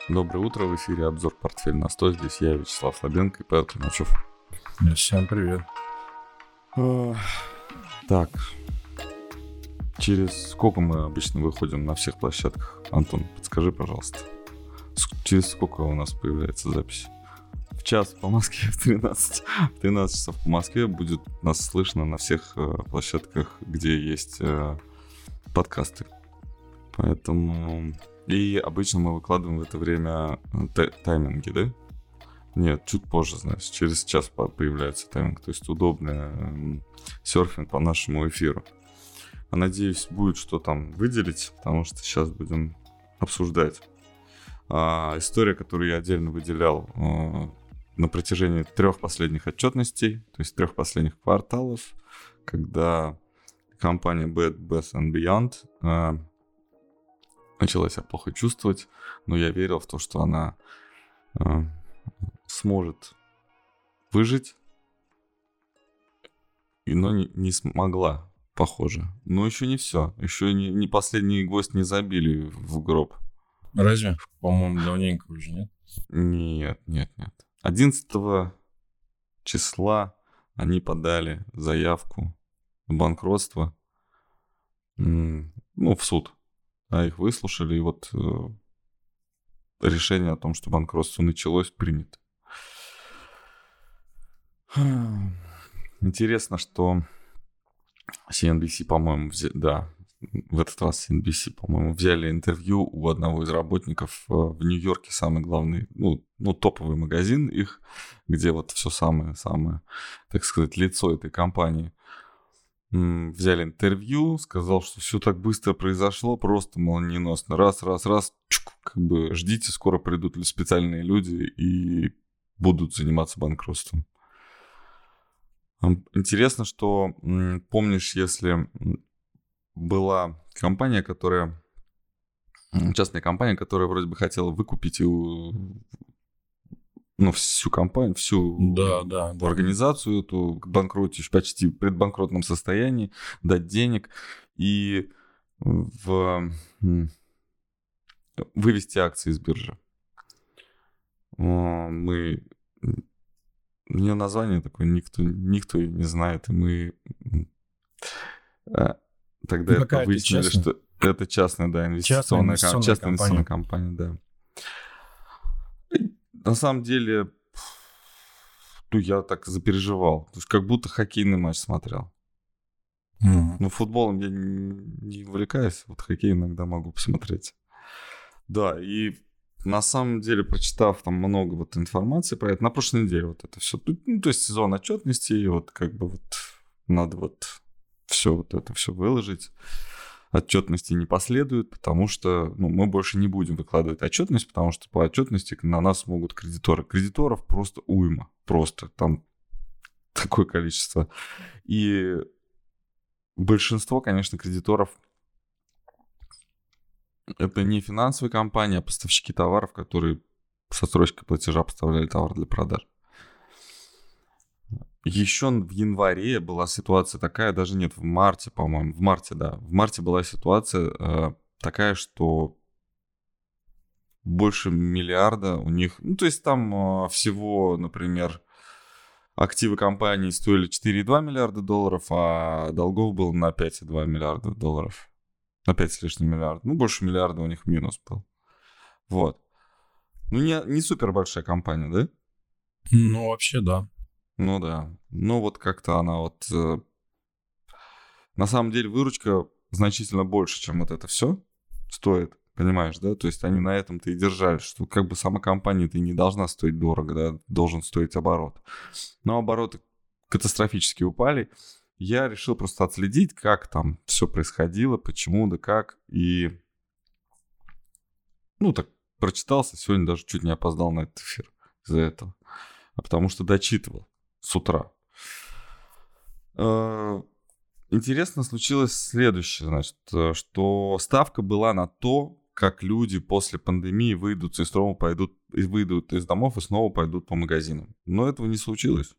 Доброе утро, в эфире обзор «Портфель на 100». Здесь я, Вячеслав Слабенко и Павел Климачев. Всем привет. Так, через сколько мы обычно выходим на всех площадках? Антон, подскажи, пожалуйста. Через сколько у нас появляется запись? В час по Москве, в 13 часов по Москве будет нас слышно на всех площадках, где есть подкасты. Поэтому... И обычно мы выкладываем в это время тайминги, да? Нет, чуть позже, значит, через час появляется тайминг. То есть удобный серфинг по нашему эфиру. Надеюсь, будет что там выделить, потому что сейчас будем обсуждать. История, которую я отдельно выделял на протяжении 3 последних отчетностей, то есть 3 последних кварталов, когда компания Bed Bath & Beyond начала себя плохо чувствовать, но я верил в то, что она сможет выжить, но не смогла, похоже. Но еще не все. Еще не последний гвоздь не забили в гроб. Разве? По-моему, давненько уже, нет? Нет. 11 числа они подали заявку на банкротство, в суд. Их выслушали, и вот решение о том, что банкротство началось, принято. Интересно, что CNBC, по-моему, в этот раз CNBC, по-моему, взяли интервью у одного из работников в Нью-Йорке, самый главный, топовый магазин их, где вот все самое-самое, так сказать, лицо этой компании. Взяли интервью, сказал, что все так быстро произошло, просто молниеносно. Раз, ждите, скоро придут специальные люди и будут заниматься банкротством. Интересно, что, помнишь, если была частная компания, которая вроде бы хотела выкупить всю компанию, организацию эту, банкротить, почти в предбанкротном состоянии, дать денег и вывести акции с биржи. У нее название такое никто не знает, и мы тогда выяснили, что это частная, инвестиционная компания, да. На самом деле, я так запереживал. То есть как будто хоккейный матч смотрел. Футболом я не увлекаюсь, вот хоккей иногда могу посмотреть. Да, и на самом деле, прочитав там много информации про это, на прошлой неделе вот это все, то есть сезон отчетности, и надо все это все выложить. Отчетности не последует, потому что мы больше не будем выкладывать отчетность, потому что по отчетности на нас могут кредиторы. Кредиторов просто уйма. Просто там такое количество. И большинство, конечно, кредиторов это не финансовые компании, а поставщики товаров, которые с отсрочкой платежа поставляли товар для продаж. Еще в январе была ситуация такая, даже нет, в марте, по-моему, в марте была ситуация такая, что больше миллиарда у них, то есть там всего, например, активы компании стоили 4,2 миллиарда долларов, а долгов было на 5,2 миллиарда долларов, на 5 с лишним миллиардов, больше миллиарда у них минус был, вот. Не супер большая компания, да? Вообще, да. Да. Как-то она на самом деле выручка значительно больше, чем вот это все стоит, понимаешь, да? То есть они на этом-то и держались, что сама компания-то и не должна стоить дорого, да? Должен стоить оборот. Но обороты катастрофически упали. Я решил просто отследить, как там все происходило, почему, да как. И, так прочитался. Сегодня даже чуть не опоздал на этот эфир из-за этого. Потому что дочитывал с утра. Интересно случилось следующее, значит, что ставка была на то, как люди после пандемии выйдут из домов и снова пойдут по магазинам. Но этого не случилось.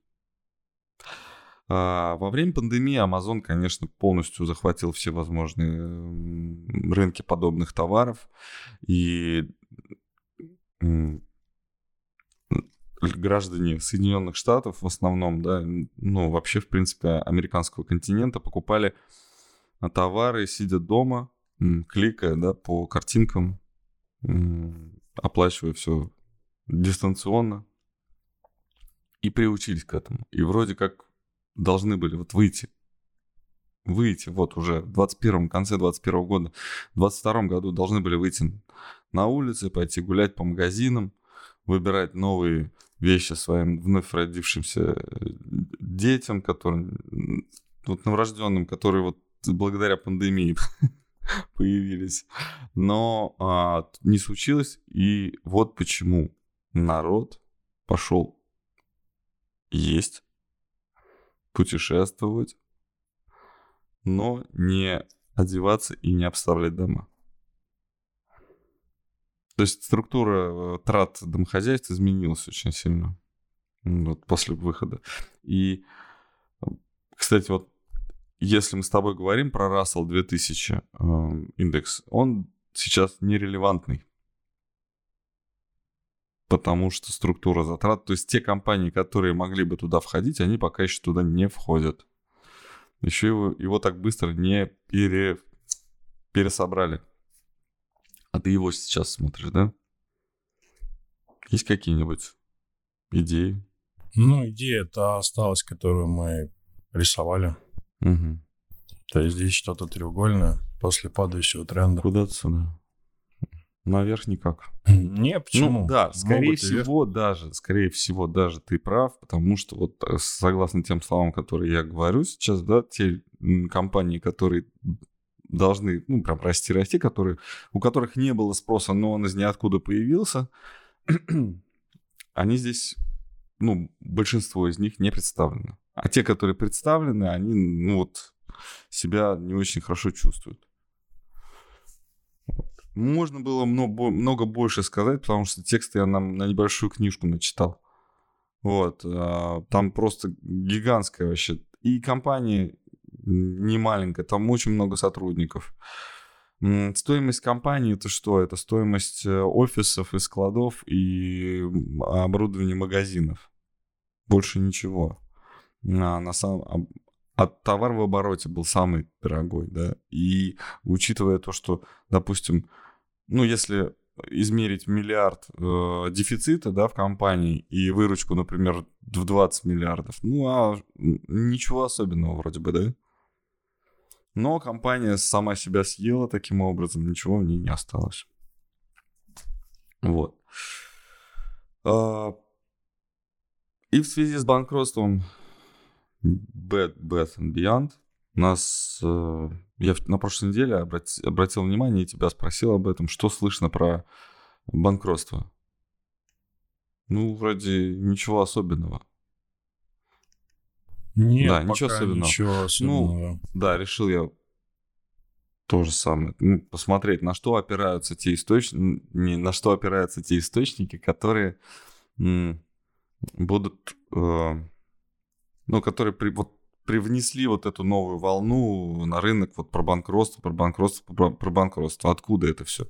Во время пандемии Amazon, конечно, полностью захватил все возможные рынки подобных товаров. И граждане Соединенных Штатов в основном, да, ну, вообще, в принципе, американского континента покупали товары, сидя дома, кликая, да, по картинкам, оплачивая все дистанционно, и приучились к этому. И вроде как должны были вот выйти вот уже в конце 21 года, в 22 году должны были выйти на улицы, пойти гулять по магазинам, выбирать новые вещи своим вновь родившимся детям, которым, вот новорожденным, которые вот благодаря пандемии появились. Но не случилось, и вот почему народ пошел есть, путешествовать, но не одеваться и не обставлять дома. То есть структура трат домохозяйств изменилась очень сильно вот, после выхода. И, кстати, вот если мы с тобой говорим про Russell 2000 индекс, он сейчас нерелевантный. Потому что структура затрат, то есть те компании, которые могли бы туда входить, они пока еще туда не входят. Еще его так быстро не пересобрали. А ты его сейчас смотришь, да? Есть какие-нибудь идеи? Ну, идея-то осталась, которую мы рисовали. Угу. То есть здесь что-то треугольное после падающего тренда. Куда-то сюда. Наверх никак. Не, почему? Ну, да, скорее всего даже ты прав, потому что вот согласно тем словам, которые я говорю сейчас, да, те компании, которые должны, ну, прям расти, у которых не было спроса, но он из ниоткуда появился, они здесь, ну, большинство из них не представлены. А те, которые представлены, они, ну, вот, себя не очень хорошо чувствуют. Можно было много больше сказать, потому что тексты я нам на небольшую книжку начитал. Вот. Там просто гигантская вообще. И компания не маленькая, там очень много сотрудников. Стоимость компании — это что? Это стоимость офисов и складов и оборудования магазинов. Больше ничего. А товар в обороте был самый дорогой, да. И учитывая то, что, допустим, ну, если измерить миллиард дефицита, да, в компании и выручку, например, в 20 миллиардов, ну, ничего особенного вроде бы, да? Но компания сама себя съела таким образом, ничего в ней не осталось. Вот. И в связи с банкротством Bed Bath & Beyond я на прошлой неделе обратил внимание и тебя спросил об этом, что слышно про банкротство. Ну, вроде ничего особенного. Нет, да, ничего особенного. Ну, да, решил я то же самое. Ну, посмотреть, на что опираются те источники, которые будут, ну, которые привнесли вот эту новую волну на рынок вот про банкротство. Откуда это все?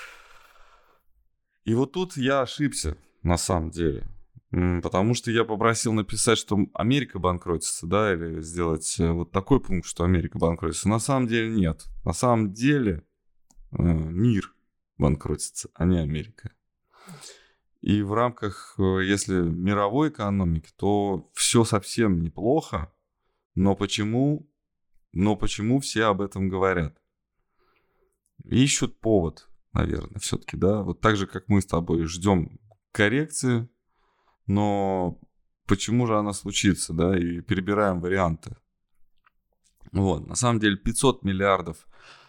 И вот тут я ошибся, на самом деле. Потому что я попросил написать, что Америка банкротится, да, или сделать вот такой пункт, что Америка банкротится. На самом деле нет. На самом деле мир банкротится, а не Америка. И в рамках, если мировой экономики, то все совсем неплохо. Но почему все об этом говорят? Ищут повод, наверное, все-таки, да? Вот так же, как мы с тобой ждем коррекции, но почему же она случится, да? И перебираем варианты. Вот, на самом деле 500 миллиардов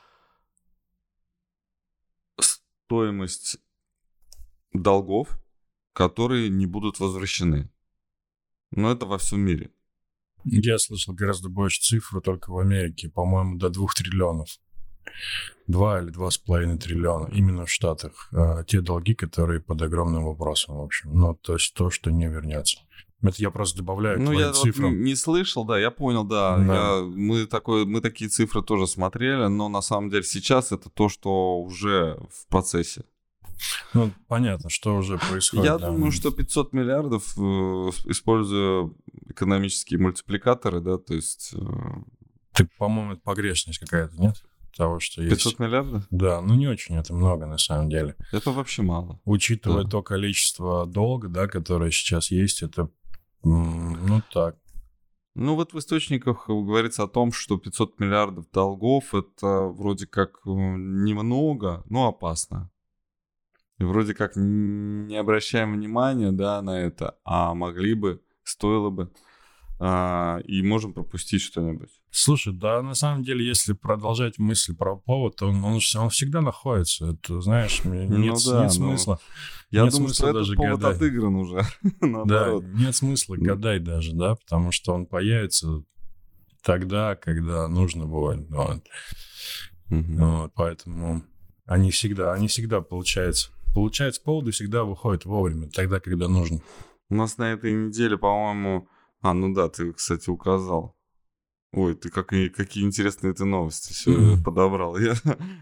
стоимость долгов, которые не будут возвращены. Но это во всем мире. Я слышал гораздо больше цифру только в Америке, по-моему, до 2 триллионов. 2 или 2,5 триллиона именно в Штатах. Те долги, которые под огромным вопросом, в общем. Ну, то есть то, что не вернется. Это я просто добавляю к твоим цифрам. Вот не слышал, да, я понял, да. Мы такие цифры тоже смотрели, но на самом деле сейчас это то, что уже в процессе. Ну, понятно, что уже происходит. Я да. думаю, что 500 миллиардов, используя экономические мультипликаторы, да, то есть... Ты, по-моему, это погрешность какая-то, нет? Того, что 500 есть. миллиардов? Да, ну не очень это много на самом деле. Это вообще мало. Учитывая Да. то количество долга, да, которое сейчас есть, это, ну так. Ну вот в источниках говорится о том, что 500 миллиардов долгов — это вроде как немного, но опасно. И вроде как не обращаем внимания, да, на это, а могли бы, стоило бы, и можем пропустить что-нибудь. Слушай, да, на самом деле, если продолжать мысль про повод, то он всегда находится. Это, знаешь, нет смысла. Я нет думаю, что смысла этот даже повод гадать. отыгран уже, Да, наоборот. нет смысла гадать даже, да, потому что он появится тогда, когда нужно будет. Вот. Вот, поэтому они всегда получается, поводы всегда выходят вовремя, тогда, когда нужно. У нас на этой неделе, по-моему... ну да, ты, кстати, указал. Ой, ты какие интересные ты новости все подобрал. Я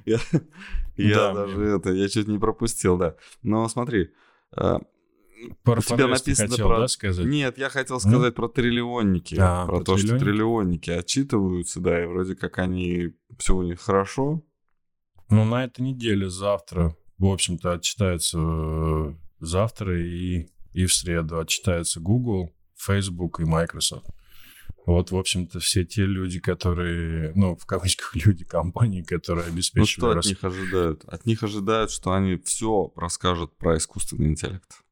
даже я чуть не пропустил, да. Но смотри, про у тебя Форест написано хотел, про... да, сказать? Нет, я хотел сказать про триллионники. Про то, что триллионники отчитываются, да, и вроде как они... Все у них хорошо. Ну, на этой неделе завтра, в общем-то, отчитаются завтра и в среду отчитаются Google, Facebook и Microsoft. Вот, в общем-то, все те люди, которые, ну, в кавычках люди, компании, которые обеспечивают... Ну, что от них ожидают? От них ожидают, что они все расскажут про искусственный интеллект.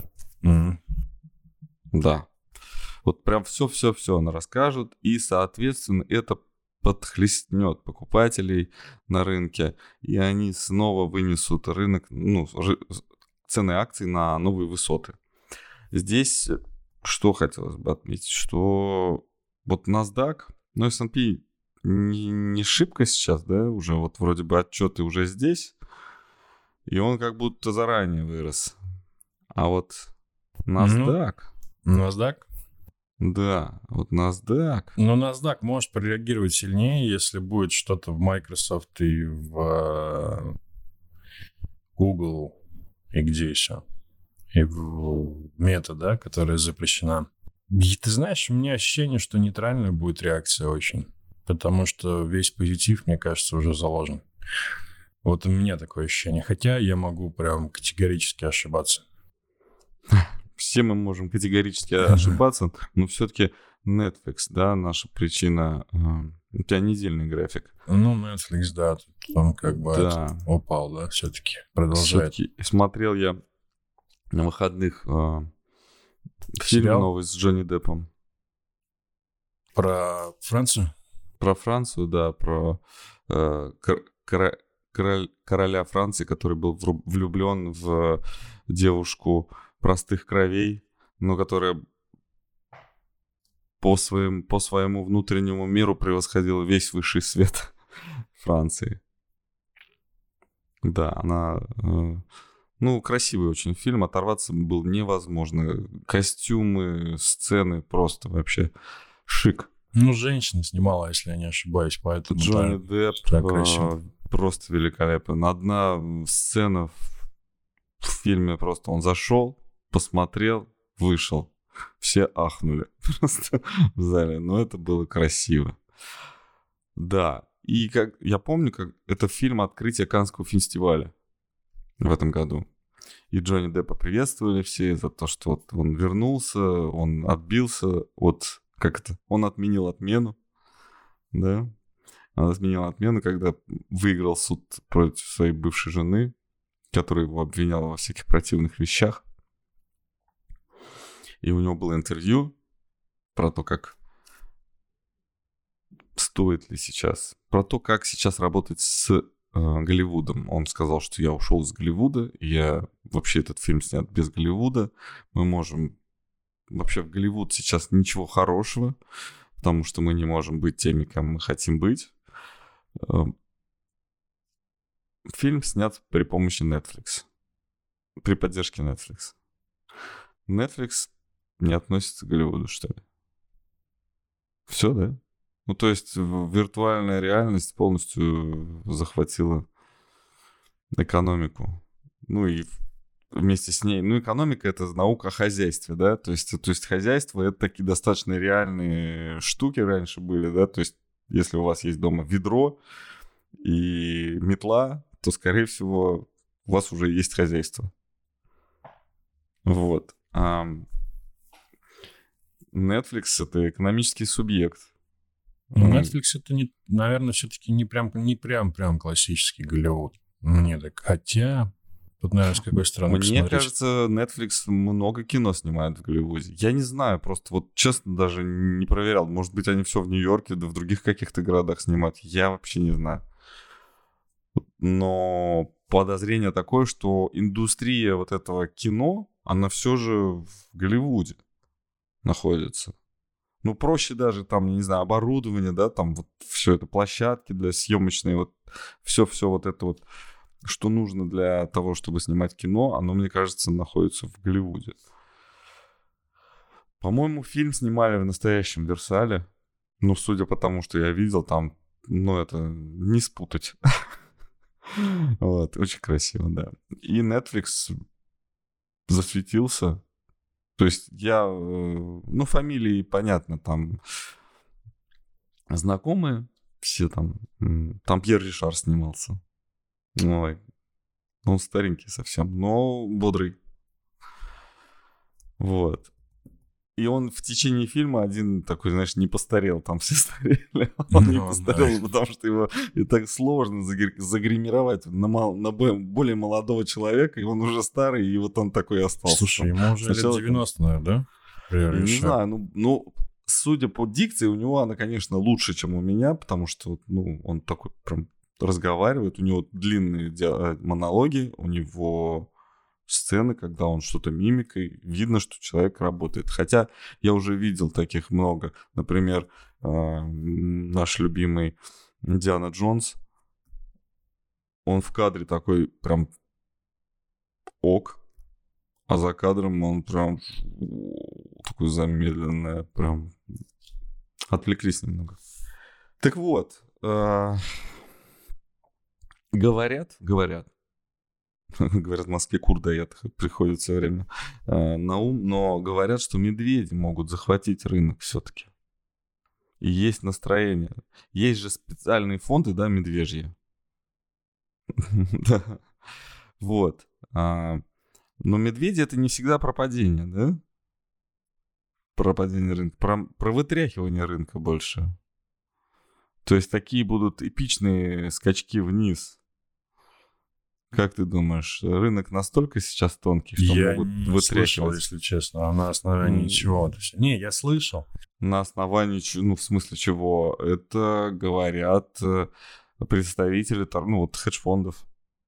Да. Вот прям все она расскажет, и, соответственно, это подхлестнет покупателей на рынке, и они снова вынесут рынок, ну, цены акций на новые высоты. Здесь что хотелось бы отметить, что вот NASDAQ, ну, S&P не шибко сейчас, да, уже вот вроде бы отчеты уже здесь, и он как будто заранее вырос. А вот NASDAQ... NASDAQ? Да, вот NASDAQ... Ну, NASDAQ может прореагировать сильнее, если будет что-то в Microsoft и в Google, и где еще? И в Meta, да, которая запрещена. И ты знаешь, у меня ощущение, что нейтральная будет реакция очень. Потому что весь позитив, мне кажется, уже заложен. Вот у меня такое ощущение. Хотя я могу прям категорически ошибаться. Все мы можем категорически ошибаться, но все-таки Netflix, да, наша причина. У тебя недельный график. Ну, Netflix, да, он как бы упал, да, все-таки продолжает. Все-таки смотрел я на выходных фильм новый с Джонни Деппом. Про Францию? Про Францию, да, про короля Франции, который был влюблен в девушку простых кровей, но которая по своему внутреннему миру превосходила весь высший свет Франции. Да, она... Ну, красивый очень фильм, оторваться было невозможно. Костюмы, сцены, просто вообще шик. Ну, женщина снимала, если я не ошибаюсь, поэтому... Джонни Депп просто великолепен. Одна сцена в фильме просто он зашел, посмотрел, вышел. Все ахнули просто в зале. Но это было красиво. Да. И как я помню, как это фильм открытия Каннского фестиваля в этом году. И Джонни Деппа приветствовали все за то, что вот он вернулся, он отбился от... Как это? Он отменил отмену. Да? Он отменил отмену, когда выиграл суд против своей бывшей жены, которая его обвиняла во всяких противных вещах. И у него было интервью про то, как стоит ли сейчас... Про то, как сейчас работать с Голливудом. Он сказал, что я ушел из Голливуда, и вообще этот фильм снят без Голливуда. Мы можем... Вообще в Голливуд сейчас ничего хорошего, потому что мы не можем быть теми, кем мы хотим быть. Фильм снят при помощи Netflix. При поддержке Netflix. Netflix не относится к Голливуду, что ли? Все, да? Ну, то есть виртуальная реальность полностью захватила экономику. Ну и вместе с ней. Ну, экономика — это наука о хозяйстве, да, то есть хозяйство — это такие достаточно реальные штуки раньше были, да, то есть если у вас есть дома ведро и метла, то, скорее всего, у вас уже есть хозяйство. Вот. Netflix — это экономический субъект. Netflix — это, наверное, все-таки не прям классический Голливуд. Мне так. Хотя, тут, наверное, с какой стороны Мне посмотреть. кажется, Netflix много кино снимает в Голливуде. Я не знаю, просто вот честно даже не проверял. Может быть, они все в Нью-Йорке, да в других каких-то городах снимают. Я вообще не знаю. Но подозрение такое, что индустрия вот этого кино, она все же в Голливуде находится. Ну, проще даже там, не знаю, оборудование, да, там вот все это, площадки для съемочные, вот все вот это вот, что нужно для того, чтобы снимать кино, оно, мне кажется, находится в Голливуде. По-моему, фильм снимали в настоящем Версале. Ну, судя по тому, что я видел, там, ну, это не спутать. Вот, очень красиво, да. И Netflix засветился. То есть я, ну, фамилии, понятно, там знакомые все там. Там Пьер Ришар снимался. Ой, он старенький совсем, но бодрый. Вот. И он в течение фильма один такой, знаешь, не постарел. Там все старели. Он не постарел, потому что его и так сложно загримировать на более молодого человека, и он уже старый, и вот он такой остался. Слушай, ему уже лет 90, наверное, да? Не знаю, ну, судя по дикции, у него она, конечно, лучше, чем у меня, потому что, ну, он такой прям разговаривает, у него длинные монологи, у него сцены, когда он что-то мимикой, видно, что человек работает. Хотя я уже видел таких много. Например, наш любимый Индиана Джонс, он в кадре такой прям ок, а за кадром он прям такой замедленный, прям отвлеклись немного. Так вот, говорят, говорят, в Москве кур дает, приходит все время на ум, но говорят, что медведи могут захватить рынок все-таки. И есть настроение. Есть же специальные фонды, да, медвежьи. Да. Вот. Но медведи — это не всегда про падение, да? Про падение рынка. Про вытряхивание рынка больше. То есть такие будут эпичные скачки вниз. Как ты думаешь, рынок настолько сейчас тонкий, что я могут не вытряхивать? Слышал, если честно, а на основании чего? Не, я слышал. На основании, ну, в смысле чего? Это говорят представители, ну, вот хедж-фондов.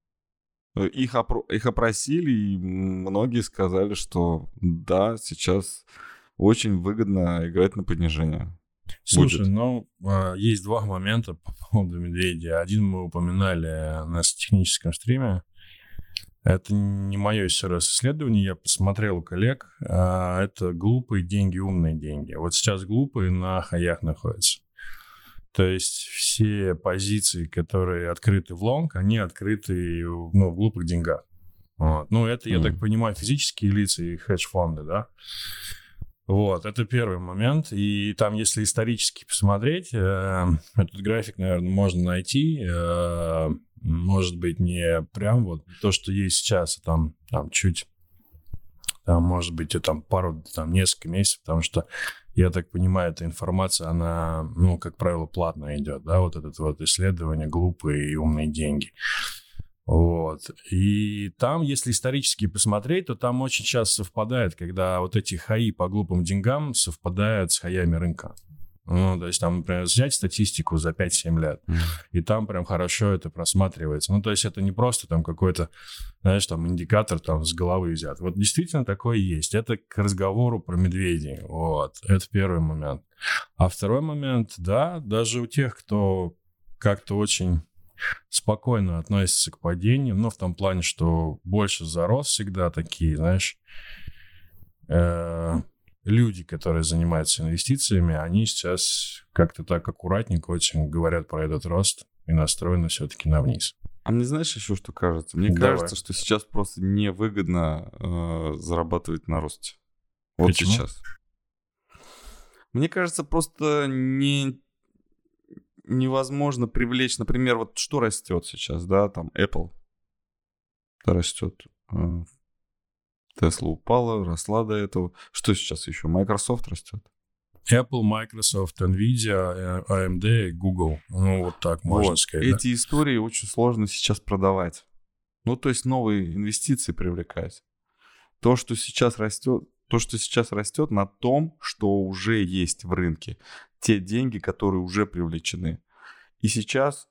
Их опросили, и многие сказали, что да, сейчас очень выгодно играть на понижение. Слушай, Будет. ну, есть два момента по поводу медведя. Один мы упоминали на техническом стриме. Это не мое еще раз исследование, я посмотрел у коллег. Это глупые деньги, умные деньги. Вот сейчас глупые на хаях находятся. То есть все позиции, которые открыты в лонг, они открыты, ну, в глупых деньгах. Вот. Ну, это, я так понимаю, физические лица и хедж-фонды, да? Вот, это первый момент. И там, если исторически посмотреть, этот график, наверное, можно найти. Может быть, не прям вот то, что есть сейчас, а там чуть, там, может быть, там несколько месяцев, потому что, я так понимаю, эта информация, она, ну, как правило, платно идет, да, вот это вот исследование «Глупые и умные деньги». Вот. И там, если исторически посмотреть, то там очень часто совпадает, когда вот эти хаи по глупым деньгам совпадают с хаями рынка. Ну, то есть там, например, взять статистику за 5-7 лет, и там прям хорошо это просматривается. Ну, то есть это не просто там какой-то, знаешь, там индикатор там с головы взят. Вот действительно такое есть. Это к разговору про медведей. Вот. Это первый момент. А второй момент, да, даже у тех, кто как-то очень спокойно относится к падению, но в том плане, что больше за рост всегда такие, знаешь, люди, которые занимаются инвестициями, они сейчас как-то так аккуратненько очень говорят про этот рост и настроены все-таки на вниз. А мне знаешь еще что кажется? Мне Давай. кажется, что сейчас просто невыгодно зарабатывать на росте. Вот Почему? сейчас. Мне кажется, просто невозможно привлечь, например, вот что растет сейчас, да, там Apple растет, Tesla упала, росла до этого. Что сейчас еще? Microsoft растет. Apple, Microsoft, Nvidia, AMD, Google. Ну, вот так можно Вот. сказать. Эти истории очень сложно сейчас продавать. Ну, то есть новые инвестиции привлекать. То, что сейчас растет на том, что уже есть в рынке. Те деньги, которые уже привлечены. И сейчас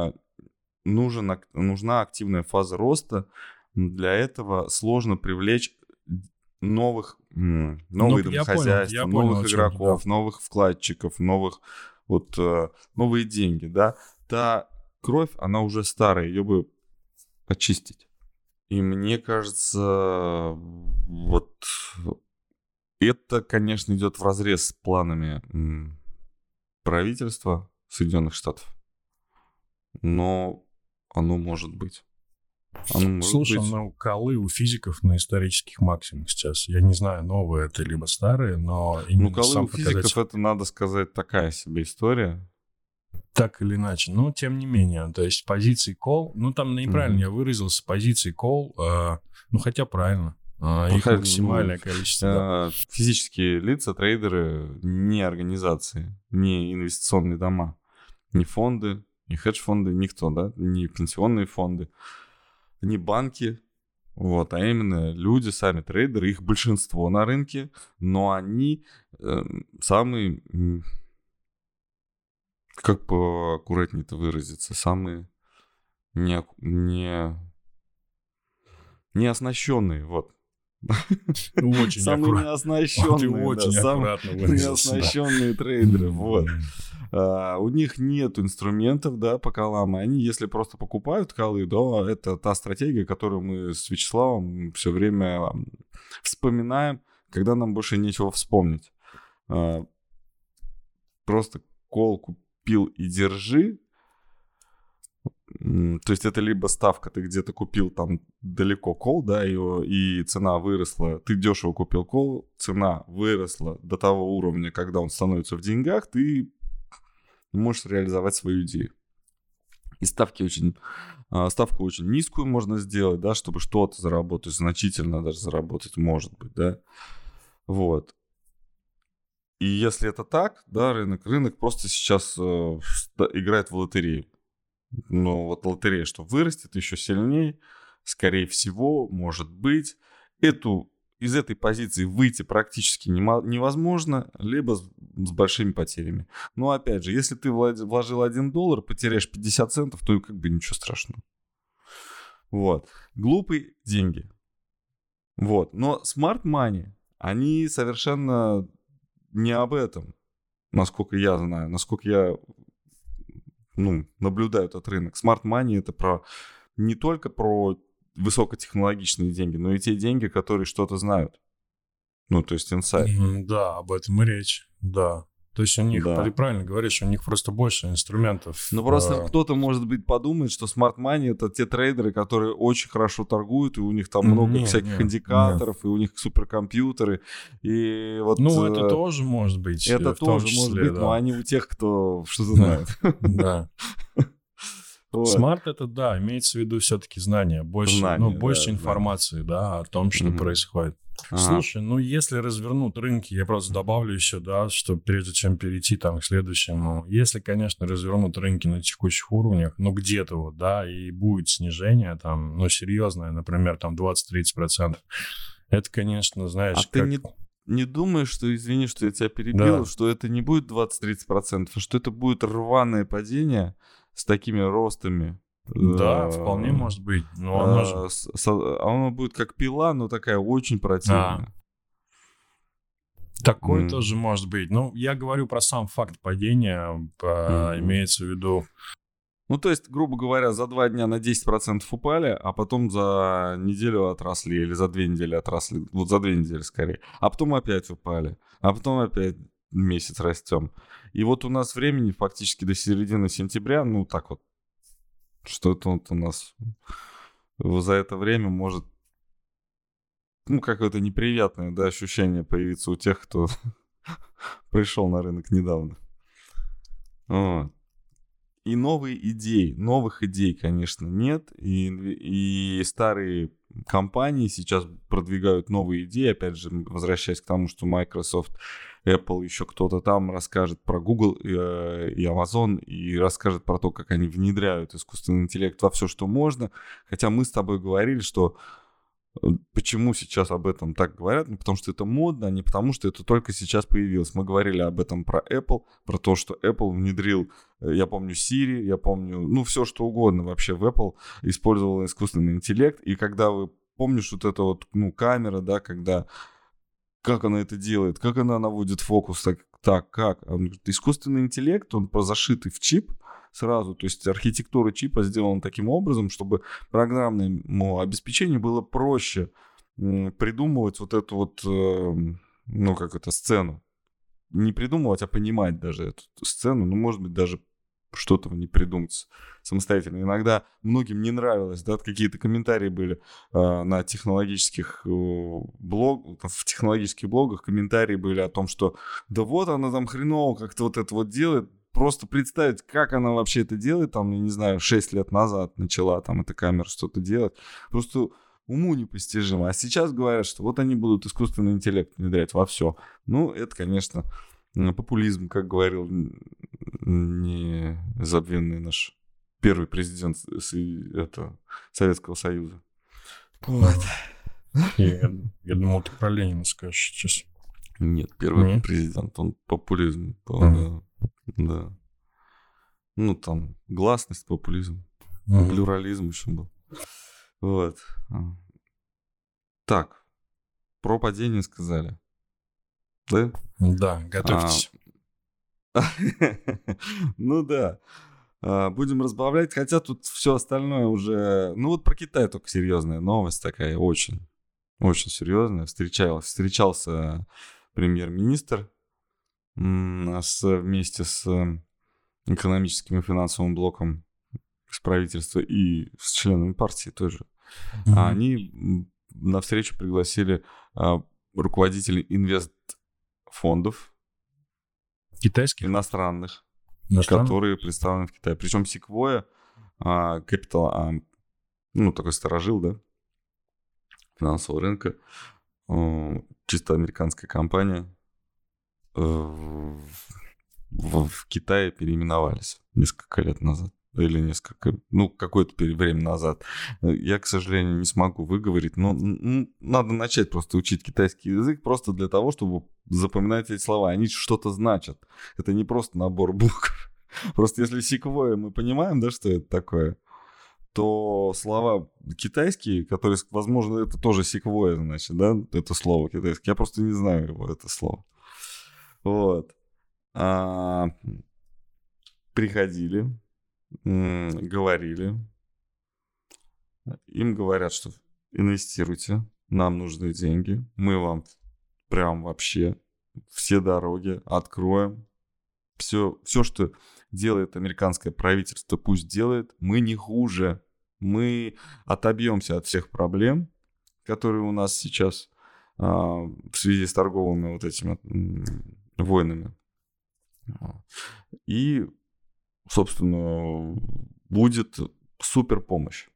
нужна активная фаза роста. Для этого сложно привлечь новые домохозяйства, я понял, новых игроков, новых вкладчиков, новые деньги, да. Та кровь, она уже старая, ее бы очистить. И мне кажется, вот это, конечно, идет вразрез с планами правительства Соединенных Штатов. Но оно может быть. Слушай, ну, колы у физиков на исторических максимумах сейчас. Я не знаю, новые это либо старые, но именно колы сам у физиков это, надо сказать, такая себе история. Так или иначе. Но, тем не менее, то есть позиции call, ну, там неправильно я выразился, позиции call, ну, хотя правильно. Их максимальное количество. Да. Физические лица, трейдеры, не организации, не инвестиционные дома, не фонды, не хедж-фонды, никто, да, не пенсионные фонды, не банки, вот, а именно люди, сами трейдеры, их большинство на рынке, но они самые, как поаккуратнее это выразиться, самые не оснащенные, вот. Очень самые неоснащенные, самые неоснащенные трейдеры, вот. У них нет инструментов, да, по колам, и они, если просто покупают колы, да, это та стратегия, которую мы с Вячеславом все время вспоминаем, когда нам больше нечего вспомнить. Просто кол купил и держи. То есть это либо ставка, ты где-то купил там далеко кол, да, и цена выросла, ты дешево купил кол, цена выросла до того уровня, когда он становится в деньгах, ты можешь реализовать свою идею. И ставку очень низкую можно сделать, да, чтобы что-то заработать, значительно даже заработать, может быть, да. Вот. И если это так, да, рынок просто сейчас играет в лотерею. Но вот лотерея, что вырастет еще сильнее, скорее всего, может быть, из этой позиции выйти практически невозможно, либо с большими потерями. Но опять же, если ты вложил $1, потеряешь 50 центов, то как бы ничего страшного. Вот. Глупые деньги. Вот. Но smart money, они совершенно не об этом, насколько я знаю, насколько я наблюдаю этот рынок. Smart money — это не только про высокотехнологичные деньги, но и те деньги, которые что-то знают. Ну, то есть инсайт. Да, об этом и речь, да. То есть у них, ты правильно говоришь, у них просто больше инструментов. Ну, просто кто-то, может быть, подумает, что smart money — это те трейдеры, которые очень хорошо торгуют, и у них там много всяких индикаторов, и у них суперкомпьютеры, и вот... Ну, это тоже может быть. Это тоже может быть, но они у тех, кто что-то знает. Да. Смарт — это, да, имеется в виду все-таки знания, больше информации, да, о том, что происходит. Слушай, ну если развернут рынки, я просто добавлю еще, да, что прежде чем перейти там к следующему, если, конечно, развернут рынки на текущих уровнях, ну где-то вот, да, и будет снижение там, ну серьезное, например, там 20-30%, это, конечно, знаешь, ты не думаешь, что, извини, что я тебя перебил, что это не будет 20-30%, а что это будет рваное падение с такими ростами? Да, вполне может быть. Но оно будет как пила, но такая очень противная. Такое тоже может быть. Ну, я говорю про сам факт падения, имеется в виду... Ну, то есть, грубо говоря, за 2 дня на 10% упали, а потом за неделю отросли, или за 2 недели отросли, вот за 2 недели скорее, а потом опять упали, а потом опять месяц растем. И вот у нас времени фактически до середины сентября, ну, так вот, Что-то вот у нас за это время может, какое-то неприятное, да, ощущение появиться у тех, кто пришел на рынок недавно. Вот. И новых идей, конечно, нет. И старые компании сейчас продвигают новые идеи. Опять же, возвращаясь к тому, что Microsoft, Apple, еще кто-то там расскажет про Google и Amazon, и расскажет про то, как они внедряют искусственный интеллект во все, что можно. Хотя мы с тобой говорили, что почему сейчас об этом так говорят? Не потому что это модно, а не потому что это только сейчас появилось. Мы говорили об этом про Apple, про то, что Apple внедрил, я помню, Siri, я помню, все что угодно вообще в Apple использовал искусственный интеллект. И когда вы помнишь вот это вот, камера, да, как она это делает, как она наводит фокус, как? Он говорит, искусственный интеллект, он зашитый в чип сразу, то есть архитектура чипа сделана таким образом, чтобы программному обеспечению было проще придумывать вот эту вот, сцену. Не придумывать, а понимать даже эту сцену, может быть, даже что-то не придумать самостоятельно. Иногда многим не нравилось, да, какие-то комментарии были на технологических в технологических блогах, комментарии были о том, что да вот она там хреново как-то вот это вот делает. Просто представить, как она вообще это делает, там, я не знаю, 6 лет назад начала там эта камера что-то делать, просто уму непостижимо. А сейчас говорят, что вот они будут искусственный интеллект внедрять во все. Это, конечно, популизм, как говорил незабвенный наш первый президент Советского Союза. Вот. Я думал, ты про Ленина скажешь сейчас. Нет, первый президент, он популизм. Да. Там гласность, популизм, плюрализм еще был. Вот. Так, про падение сказали. Да? Да, готовьтесь. Да. Будем разбавлять, хотя тут все остальное уже... про Китай только серьезная новость такая, очень, очень серьезная. Встречался премьер-министр вместе с экономическим и финансовым блоком с правительства и с членами партии тоже. Они на встречу пригласили руководителей инвестфондов китайских, иностранных, которые представлены в Китае. Причем Sequoia Capital, такой старожил, да, финансового рынка, чисто американская компания, в Китае переименовались несколько лет назад. Или какое-то время назад. Я, к сожалению, не смогу выговорить, но надо начать просто учить китайский язык просто для того, чтобы запоминать эти слова. Они что-то значат. Это не просто набор букв. Просто если Sequoia мы понимаем, да, что это такое, то слова китайские, которые, возможно, это тоже Sequoia, значит, да, это слово китайское. Я просто не знаю его, это слово. Вот. Приходили, говорили. Им говорят, что инвестируйте, нам нужны деньги, мы вам прям вообще все дороги откроем. Все, что делает американское правительство, пусть делает. Мы не хуже. Мы отобьемся от всех проблем, которые у нас сейчас в связи с торговыми вот этими войнами. И, собственно, будет супер помощь.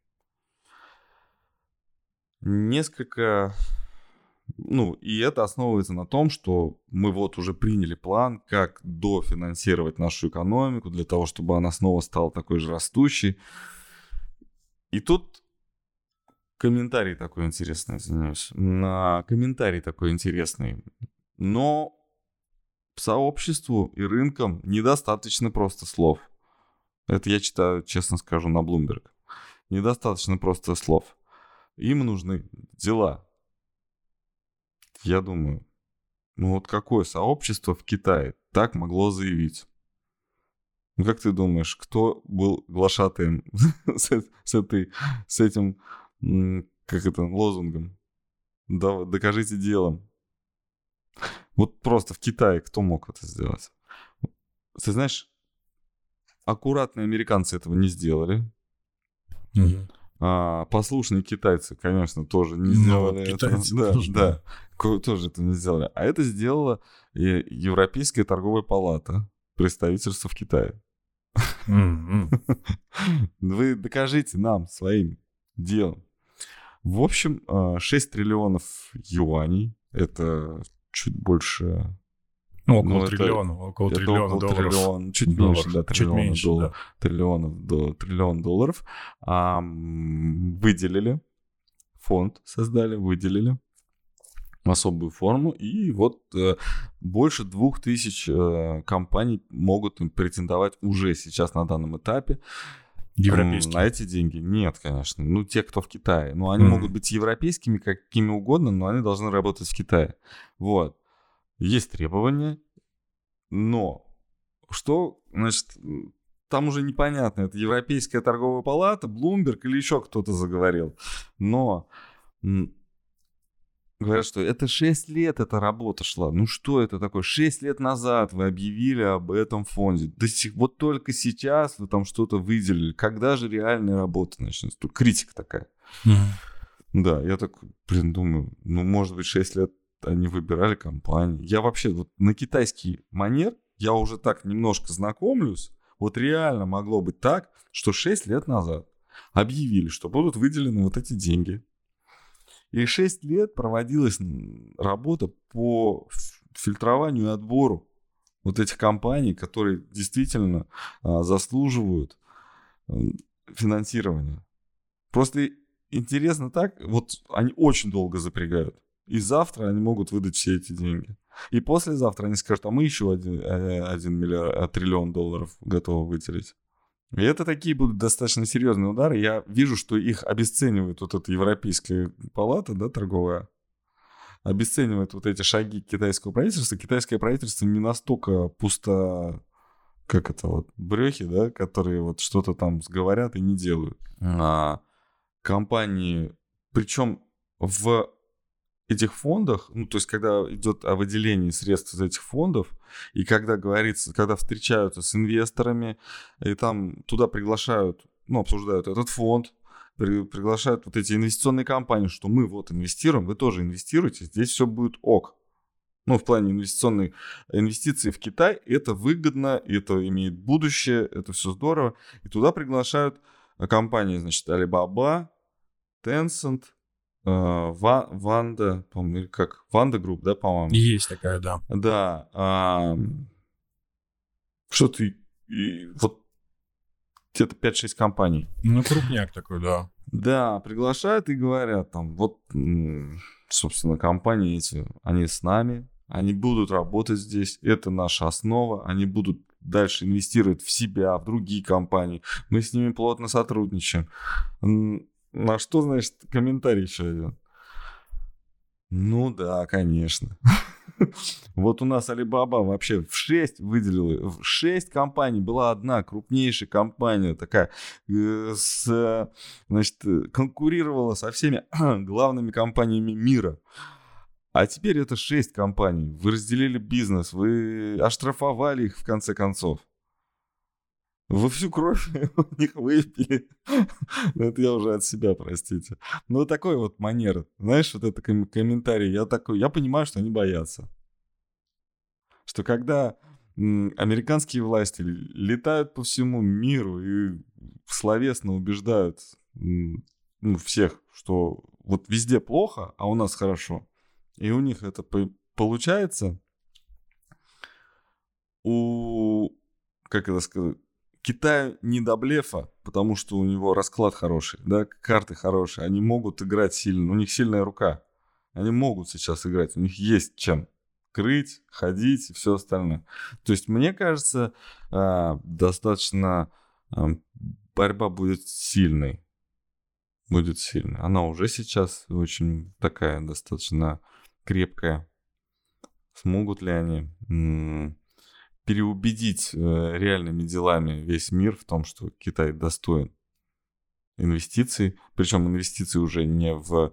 Несколько... и это основывается на том, что мы вот уже приняли план, как дофинансировать нашу экономику для того, чтобы она снова стала такой же растущей. И тут комментарий такой интересный, извиняюсь. Комментарий такой интересный. Но сообществу и рынкам недостаточно просто слов. Это я читаю, честно скажу, на Bloomberg. Недостаточно просто слов. Им нужны дела. Я думаю, какое сообщество в Китае так могло заявить? Как ты думаешь, кто был глашатаем с этим, лозунгом? Докажите делом. Вот просто в Китае кто мог это сделать? Ты знаешь, аккуратные американцы этого не сделали. Послушные китайцы, конечно, тоже не сделали это. Да, тоже это не сделали. А это сделала Европейская торговая палата, представительство в Китае. Вы докажите нам своим делом. В общем, 6 триллионов юаней, это чуть больше... около триллиона долларов. Чуть меньше, да, триллион долларов. Выделили, фонд создали, выделили особую форму, и вот больше 2000 компаний могут претендовать уже сейчас на данном этапе. Европейские. На эти деньги? Нет, конечно. Ну, те, кто в Китае. Ну, они могут быть европейскими, какими угодно, но они должны работать в Китае. Вот. Есть требования, но что, значит, там уже непонятно, это Европейская торговая палата, Bloomberg или еще кто-то заговорил. Но говорят, что это 6 лет эта работа шла. Ну что это такое? 6 лет назад вы объявили об этом фонде. Вот только сейчас вы там что-то выделили. Когда же реальная работа начнется? Тут критика такая. Да, я так, думаю, ну, может быть, 6 лет они выбирали компании. Я вообще вот на китайский манер, я уже так немножко знакомлюсь. Вот реально могло быть так, что 6 лет назад объявили, что будут выделены вот эти деньги. И 6 лет проводилась работа по фильтрованию и отбору вот этих компаний, которые действительно заслуживают финансирования. Просто интересно так, вот они очень долго запрягают. И завтра они могут выдать все эти деньги. И послезавтра они скажут, а мы еще 1 триллион долларов готовы выделить. И это такие будут достаточно серьезные удары. Я вижу, что их обесценивает вот эта Европейская палата, да, торговая, обесценивает вот эти шаги китайского правительства. Китайское правительство не настолько пусто, как это вот, брехи, да, которые вот что-то там говорят и не делают. Компании, причем в этих фондах, ну, то есть, когда идет о выделении средств из этих фондов, и когда говорится, когда встречаются с инвесторами, и там туда приглашают, ну, обсуждают этот фонд, приглашают вот эти инвестиционные компании, что мы вот инвестируем, вы тоже инвестируете, здесь все будет ок. Ну, в плане инвестиций в Китай, это выгодно, это имеет будущее, это все здорово. И туда приглашают компании, значит, Alibaba, Tencent, Ванда, по-моему, или как? Ванда Групп, да, по-моему? Есть такая, да. Да. Что-то... Вот где-то 5-6 компаний. Ну, крупняк такой, да. Да, приглашают и говорят там, вот, собственно, компании эти, они с нами, они будут работать здесь, это наша основа, они будут дальше инвестировать в себя, в другие компании, мы с ними плотно сотрудничаем. На что, значит, комментарий еще идет? Ну да, конечно. Вот у нас Alibaba вообще в 6 выделила, в 6 компаний была одна крупнейшая компания такая, значит, конкурировала со всеми главными компаниями мира. А теперь это 6 компаний. Вы разделили бизнес, вы оштрафовали их в конце концов. Вы всю кровь у них выпили. Это я уже от себя, простите. Ну, такой вот манер. Знаешь, вот это комментарий. Я понимаю, что они боятся. Что когда американские власти летают по всему миру и словесно убеждают всех, что вот везде плохо, а у нас хорошо, и у них это получается, как это сказать, Китаю не до блефа, потому что у него расклад хороший, да, карты хорошие, они могут играть сильно, у них сильная рука, они могут сейчас играть, у них есть чем крыть, ходить и все остальное. То есть, мне кажется, достаточно борьба будет сильной, Она уже сейчас очень такая достаточно крепкая. Смогут ли они переубедить реальными делами весь мир в том, что Китай достоин инвестиций, причем инвестиции уже не в,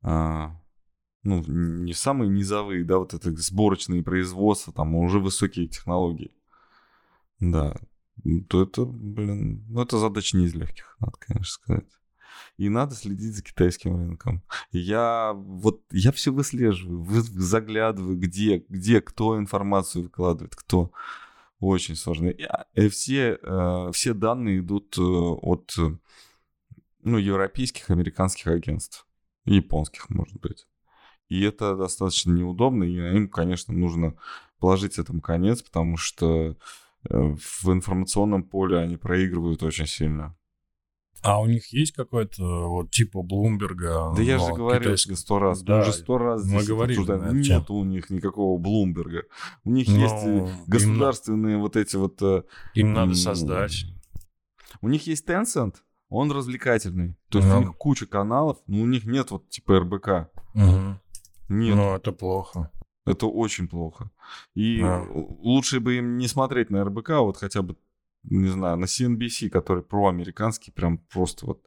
не самые низовые, да, вот это сборочные производства, там, а уже высокие технологии. Да, то это, это задача не из легких, надо, конечно, сказать. И надо следить за китайским рынком. Я все выслеживаю, заглядываю, где кто информацию выкладывает, кто. Очень сложно. И все данные идут от европейских, американских агентств. Японских, может быть. И это достаточно неудобно, и им, конечно, нужно положить этому конец, потому что в информационном поле они проигрывают очень сильно. А у них есть какой-то вот типа Блумберга? Да я же говорил 100 раз. Да, мы уже 100 раз мы здесь говорили. Нет у них никакого Блумберга. У них есть государственные вот эти вот... Им надо создать. У них есть Tencent, он развлекательный. То есть у них куча каналов, но у них нет вот типа РБК. Нет. Ну, это плохо. Это очень плохо. И лучше бы им не смотреть на РБК, вот хотя бы, не знаю, на CNBC, который проамериканский, прям просто вот.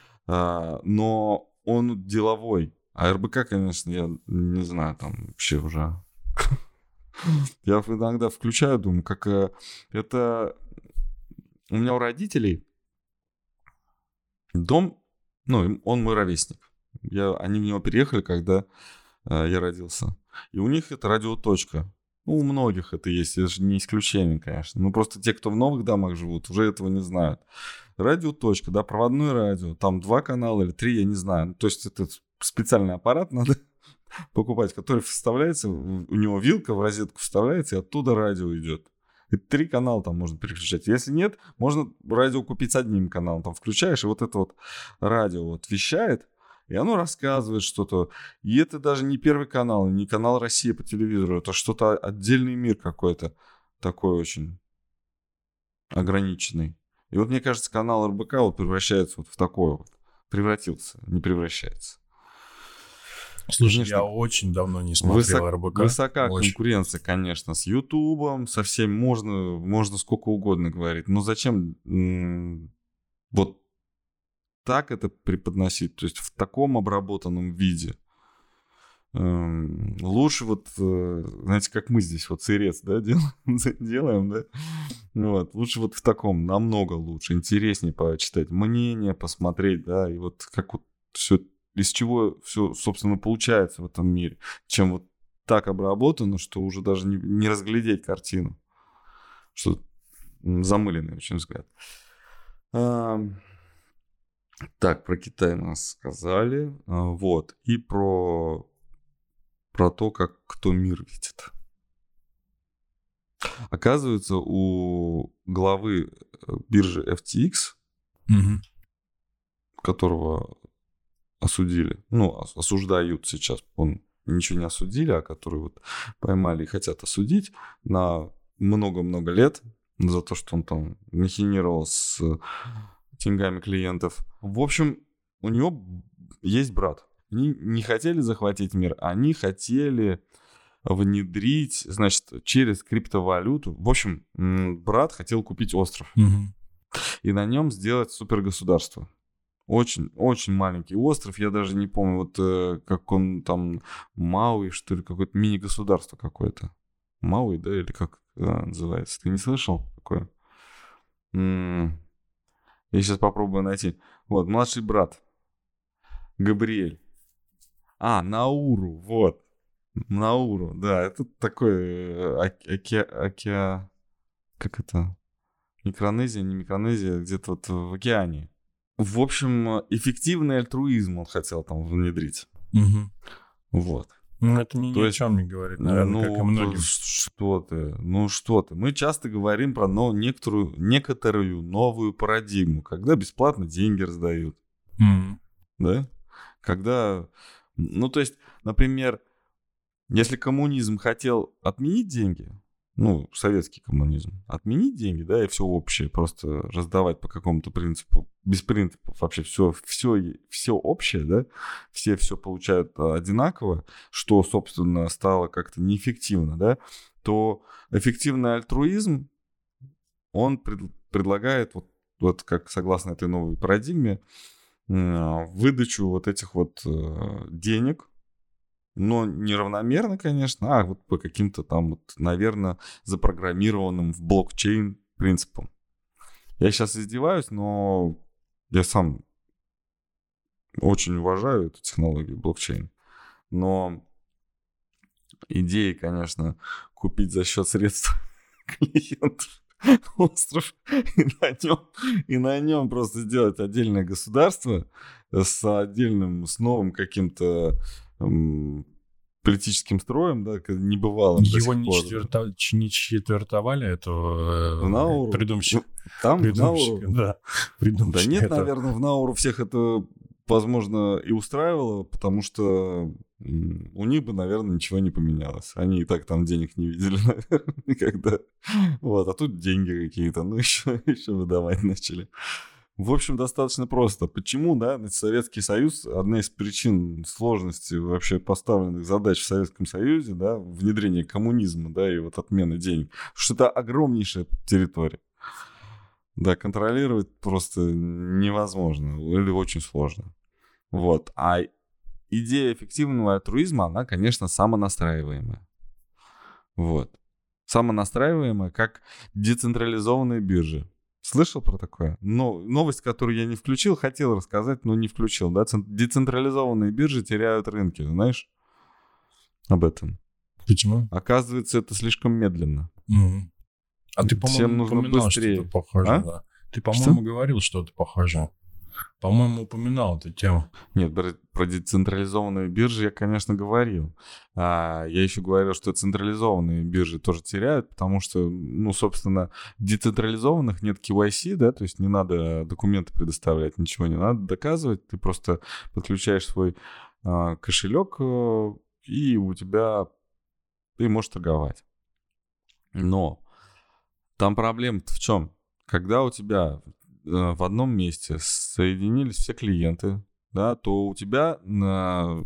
Но он деловой. А РБК, конечно, я не знаю, там вообще уже... Я иногда включаю, думаю, как это... У меня у родителей дом, он мой ровесник. Они в него переехали, когда я родился. И у них это радиоточка. У многих это есть, это же не исключение, конечно. Просто те, кто в новых домах живут, уже этого не знают. Радиоточка, да, проводное радио. Там 2 канала или 3, я не знаю. То есть это специальный аппарат надо покупать, который вставляется, у него вилка в розетку вставляется, и оттуда радио идет. И 3 канала там можно переключать. Если нет, можно радио купить с одним каналом. Там включаешь, и вот это вот радио вот вещает, и оно рассказывает что-то. И это даже не Первый канал, не канал Россия по телевизору. Это что-то отдельный мир какой-то. Такой очень ограниченный. И вот мне кажется, канал РБК вот превращается вот в такой вот. Превратился, не превращается. Слушай, конечно, я очень давно не смотрел РБК. Высока конкуренция, конечно, с Ютубом, со всем можно сколько угодно говорить. Но зачем вот так это преподносить? То есть в таком обработанном виде. Лучше вот, знаете, как мы здесь вот сырец, да, делаем, да? Вот, лучше вот в таком, намного лучше, интереснее почитать мнение, посмотреть, да, и вот как вот все, из чего все, собственно, получается в этом мире, чем вот так обработано, что уже даже не разглядеть картину, что замыленный очень взгляд. Так, про Китай нас сказали, вот, и про то, как кто мир видит. Оказывается, у главы биржи FTX, которого осудили, осуждают сейчас, он ничего не осудили, а который вот поймали и хотят осудить на много-много лет за то, что он там махинировал с деньгами клиентов. В общем, у него есть брат. Они не хотели захватить мир, они хотели внедрить, значит, через криптовалюту. В общем, брат хотел купить остров и на нем сделать супергосударство. Очень, очень маленький остров, я даже не помню, вот как он там, Мауи, что ли, какое-то мини-государство какое-то. Мауи, да, или как называется? Ты не слышал такое? Я сейчас попробую найти. Вот, младший брат. Габриэль. Науру, вот. Науру, да, это такой как это? Микронезия, не Микронезия, где-то вот в океане. В общем, эффективный альтруизм он хотел там внедрить. Вот. Это ни о чем не говорит, наверное, как и многим. Что ты. Мы часто говорим про некоторую новую парадигму, когда бесплатно деньги раздают. Да? Когда... то есть, например, если коммунизм хотел отменить деньги, советский коммунизм, отменить деньги, да, и все общее, просто раздавать по какому-то принципу, без принципов, вообще все общее, да, все получают одинаково, что, собственно, стало как-то неэффективно, да, то эффективный альтруизм, он предлагает, вот как согласно этой новой парадигме, выдачу вот этих вот денег, но неравномерно, конечно, вот по каким-то там, вот, наверное, запрограммированным в блокчейн принципам. Я сейчас издеваюсь, но я сам очень уважаю эту технологию блокчейн. Но идея, конечно, купить за счет средств клиентов остров и на нем просто сделать отдельное государство с отдельным, с новым каким-то политическим строем, да, небывалым до Его сих пор. не четвертовали, эту В Науру? придумщик. Там, в Придумщик, Науру? да. Да Придумщик нет, этого. наверное, в Науру всех это, возможно, и устраивало, потому что у них бы, наверное, ничего не поменялось. Они и так там денег не видели, наверное, никогда. Вот, а тут деньги какие-то, ну еще выдавать начали. В общем, достаточно просто. Почему, да, Советский Союз, одна из причин сложности вообще поставленных задач в Советском Союзе, да, внедрение коммунизма, да, и вот отмены денег, что это огромнейшая территория. Да, контролировать просто невозможно или очень сложно. Вот. А идея эффективного альтруизма, она, конечно, самонастраиваемая. Вот. Самонастраиваемая, как децентрализованные биржи. Слышал про такое? Но новость, которую я не включил, хотел рассказать, но не включил. Да? Децентрализованные биржи теряют рынки. Знаешь об этом? Почему? Оказывается, это слишком медленно. А ты, Всем по-моему, нужно упоминал быстрее. что-то похожее. А? Да. Ты, по-моему, говорил что-то похожее. По-моему, упоминал эту тему. Нет, про децентрализованные биржи я, конечно, говорил. Я еще говорил, что централизованные биржи тоже теряют, потому что, ну, собственно, в децентрализованных нет KYC, да, то есть не надо документы предоставлять, ничего не надо доказывать, ты просто подключаешь свой кошелек, и у тебя ты можешь торговать. Но там проблема-то в чем? Когда у тебя в одном месте соединились все клиенты, да, то у тебя на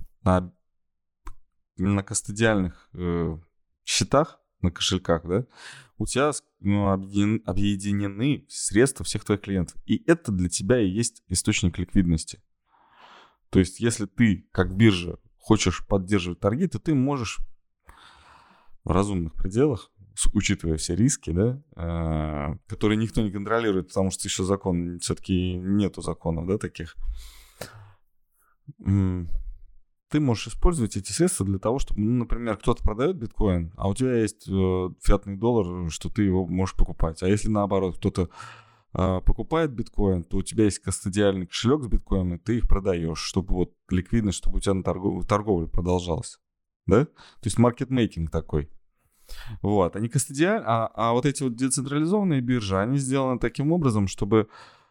кастодиальных счетах, на кошельках, да, у тебя объединены средства всех твоих клиентов. И это для тебя и есть источник ликвидности. То есть, если ты, как биржа, хочешь поддерживать торги, то ты можешь в разумных пределах, учитывая все риски, да, которые никто не контролирует, потому что еще закон, все-таки нету законов, да, таких. Ты можешь использовать эти средства для того, чтобы, ну, например, кто-то продает биткоин, а у тебя есть фиатный доллар, что ты его можешь покупать. А если наоборот кто-то покупает биткоин, то у тебя есть кастодиальный кошелек с биткоином, и ты их продаешь, чтобы вот ликвидность, чтобы у тебя на торговля продолжалась. Да? То есть маркетмейкинг такой. Вот, они кастодиальные, а вот эти вот децентрализованные биржи, они сделаны таким образом, чтобы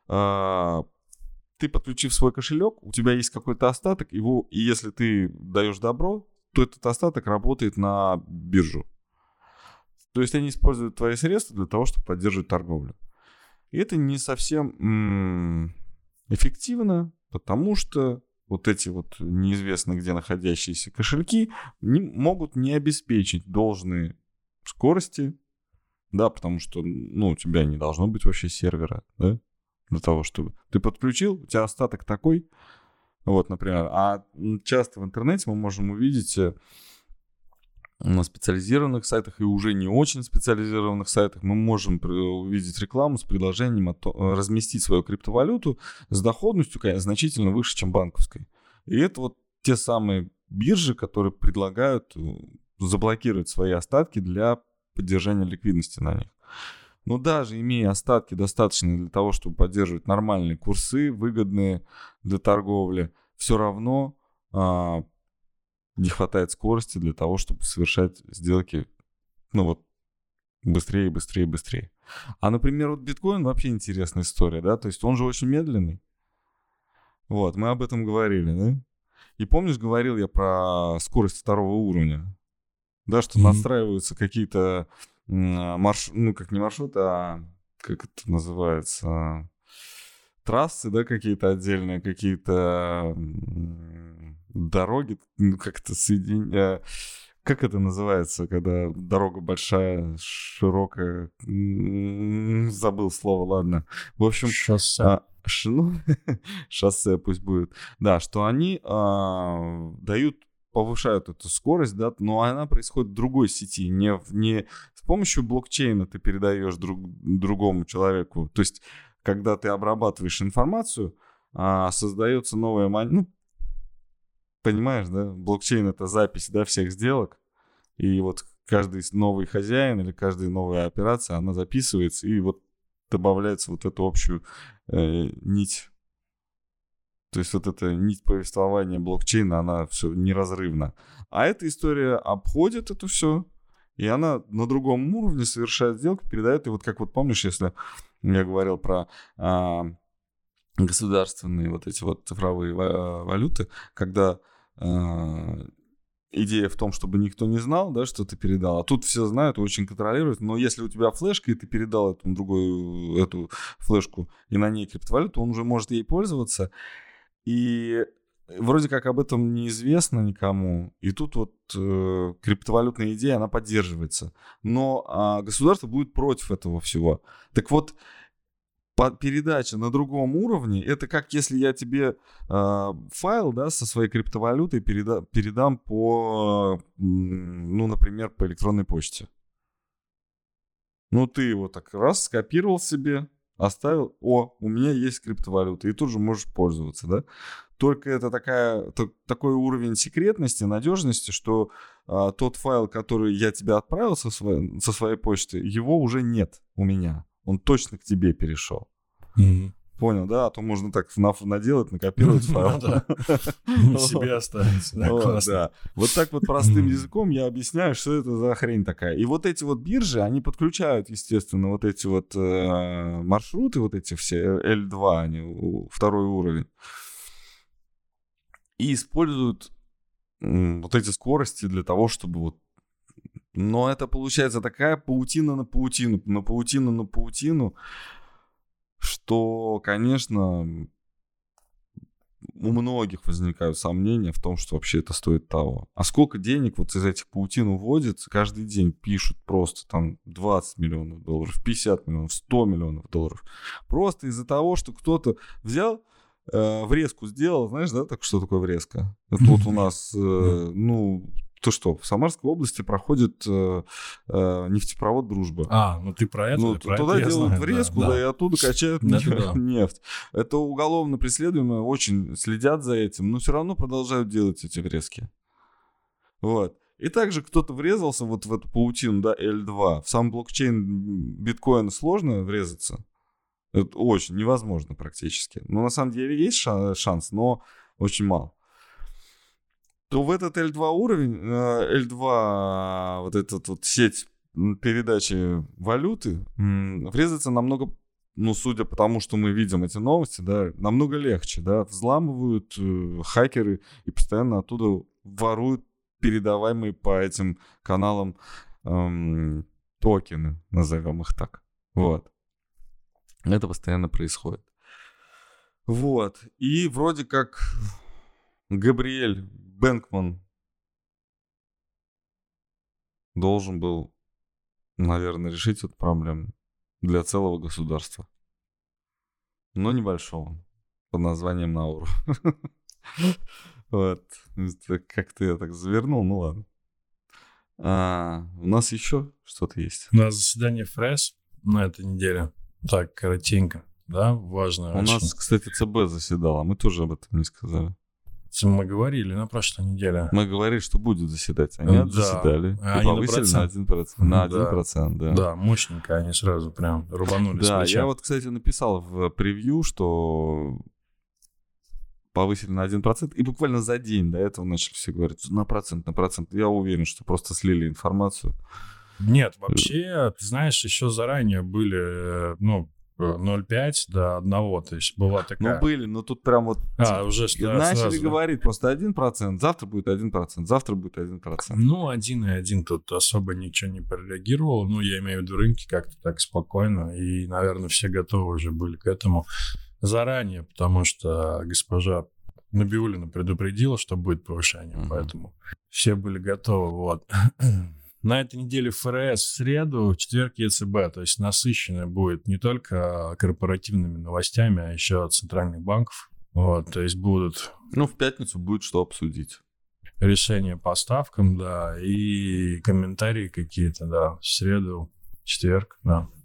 ты, подключив свой кошелек, у тебя есть какой-то остаток, и если ты даешь добро, то этот остаток работает на биржу. То есть они используют твои средства для того, чтобы поддерживать торговлю. И это не совсем эффективно, потому что вот эти вот неизвестно где находящиеся кошельки могут не обеспечить должные скорости, да, потому что, ну, у тебя не должно быть вообще сервера, да, для того, чтобы ты подключил, у тебя остаток такой, вот, например, а часто в интернете мы можем увидеть на специализированных сайтах и уже не очень специализированных сайтах мы можем увидеть рекламу с предложением разместить свою криптовалюту с доходностью, конечно, значительно выше, чем банковской. И это вот те самые биржи, которые предлагают заблокировать свои остатки для поддержания ликвидности на них. Но даже имея остатки достаточные для того, чтобы поддерживать нормальные курсы, выгодные для торговли, все равно не хватает скорости для того, чтобы совершать сделки, ну вот, быстрее, быстрее, быстрее. А, например, вот биткоин вообще интересная история, да, то есть он же очень медленный. Вот, мы об этом говорили, да? И помнишь, говорил я про скорость второго уровня? Да, что настраиваются какие-то ну, как не маршруты, а как это называется, трассы, да, какие-то отдельные, какие-то дороги, ну, как-то как это называется, когда дорога большая, широкая, забыл слово, ладно. В общем, шоссе. Шоссе пусть будет. Да, что они повышают эту скорость, да, но она происходит в другой сети, не с помощью блокчейна ты передаешь другому человеку. То есть, когда ты обрабатываешь информацию, создается новая монета. Ну, понимаешь, да? Блокчейн — это запись, да, всех сделок. И вот каждый новый хозяин или каждая новая операция, она записывается, и вот добавляется вот эту общую нить. То есть вот эта нить повествования блокчейна, она все неразрывна. А эта история обходит это все, и она на другом уровне совершает сделку, передает. И вот как вот помнишь, если я говорил про государственные вот эти вот цифровые валюты, когда идея в том, чтобы никто не знал, да, что ты передал, а тут все знают, очень контролируют, но если у тебя флешка, и ты передал эту флешку, и на ней криптовалюту, он уже может ей пользоваться, и вроде как об этом неизвестно никому, и тут вот криптовалютная идея, она поддерживается, но государство будет против этого всего. Так вот, передача на другом уровне, это как если я тебе файл, да, со своей криптовалютой передам по, ну, например, по электронной почте. Ну, ты его так раз скопировал себе, оставил, у меня есть криптовалюта, и тут же можешь пользоваться, да. Только это такой уровень секретности, надежности, что тот файл, который я тебе отправил со своей почты, его уже нет у меня. Он точно к тебе перешел. Mm-hmm. Понял, да? А то можно так наделать, накопировать файл. Себе оставить. Да. Вот так вот простым языком я объясняю, что это за хрень такая. И вот эти вот биржи, они подключают, естественно, вот эти вот маршруты, вот эти все L2, они второй уровень. И используют вот эти скорости для того, чтобы вот... Но это получается такая паутина на паутину, на паутину, что, конечно, у многих возникают сомнения в том, что вообще это стоит того. А сколько денег вот из этих паутин уводится, каждый день пишут просто там 20 миллионов долларов, 50 миллионов, 100 миллионов долларов. Просто из-за того, что кто-то взял, врезку сделал, знаешь, да, так что такое врезка? Это вот у нас, то что, в Самарской области проходит нефтепровод «Дружба». Ну ты про это? Туда делают врезку, да, и оттуда качают нефть. Это уголовно преследуемое, очень следят за этим, но все равно продолжают делать эти врезки. Вот. И также кто-то врезался вот в эту паутину, да, L2. В сам блокчейн биткоина сложно врезаться. Это очень невозможно практически. Но на самом деле есть шанс, но очень мало. То в этот L2 уровень, L2, вот эта вот сеть передачи валюты, врезаться намного, ну, судя по тому, что мы видим эти новости, да, намного легче, да, взламывают хакеры и постоянно оттуда воруют передаваемые по этим каналам токены, назовем их так. Вот. Это постоянно происходит. Вот. И вроде как Габриэль Бэнкман должен был, наверное, решить эту проблему для целого государства. Но небольшого. Под названием Науру. Вот. Как-то я так завернул, ну ладно. У нас еще что-то есть. У нас заседание ФРС на этой неделе. Так, коротенько, да, важно. У нас, кстати, ЦБ заседало, мы тоже об этом не сказали. Мы говорили на прошлой неделе. Мы говорили, что будет заседать. Они заседали. И повысили на 1%. На 1%, да. Да, мощненько они сразу прям рубанули. Да, я вот, кстати, написал в превью, что повысили на 1%, и буквально за день до этого начали все говорить на процент. Я уверен, что просто слили информацию. Нет, вообще, ты знаешь, еще заранее были, 0,5 до 1, то есть была такая... были, но тут прям вот уже начали сразу, говорить просто 1%, завтра будет 1%, завтра будет 1%. 1,1 тут особо ничего не прореагировало, я имею в виду рынки как-то так спокойно, и, наверное, все готовы уже были к этому заранее, потому что госпожа Набиуллина предупредила, что будет повышение, поэтому все были готовы, вот. На этой неделе ФРС в среду, в четверг ЕЦБ, то есть насыщенная будет не только корпоративными новостями, а еще от центральных банков. Вот, то есть будут... в пятницу будет что обсудить. Решения по ставкам, да, и комментарии какие-то, да, в среду, четверг, да.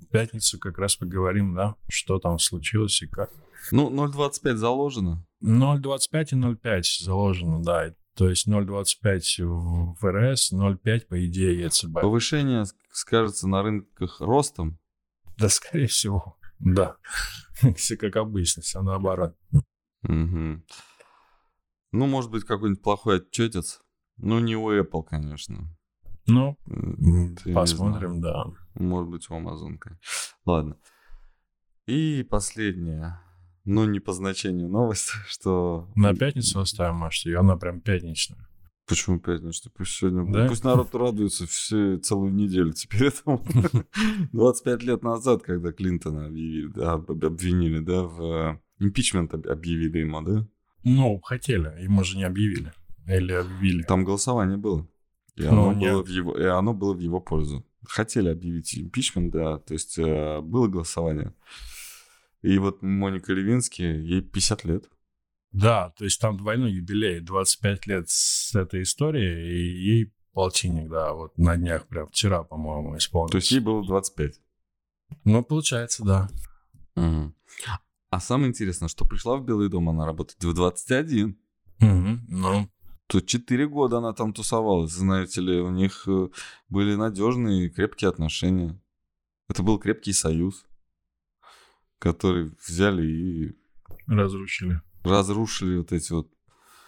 В пятницу как раз поговорим, да, что там случилось и как. Ну, 0,25 заложено. 0,25 и 0,5 заложено, да. То есть 0,25 в РС, 0,5 по идее ЕЦБ. Повышение скажется на рынках ростом. Да, скорее всего, да. Все как обычно, все наоборот. Угу. Ну, может быть, какой-нибудь плохой отчетец. Ну, не у Apple, конечно. Ну, Ты посмотрим, да. Может быть, у Amazon. Ладно. И последняя, ну, не по значению новость, что... На пятницу оставим, может, и она прям пятничная. Почему пятничная? Пусть сегодня... Да? Пусть народ радуется все целую неделю теперь этому. 25 лет назад, когда Клинтона обвинили, да, в импичмент объявили ему, да? Ну, хотели, ему же не объявили. Или объявили. Там голосование было. И оно было в его пользу. Хотели объявить импичмент, да, то есть было голосование. И вот Моника Левински, ей 50 лет. Да, то есть там двойной юбилей, 25 лет с этой историей, и ей полтинник, да, вот на днях, прям вчера, по-моему, исполнилось. То есть ей было 25. Ну, получается, да. Угу. А самое интересное, что пришла в Белый дом она работать в 21. Угу, ну... То 4 года она там тусовалась, знаете ли, у них были надежные, крепкие отношения. Это был крепкий союз, который взяли и... Разрушили вот эти вот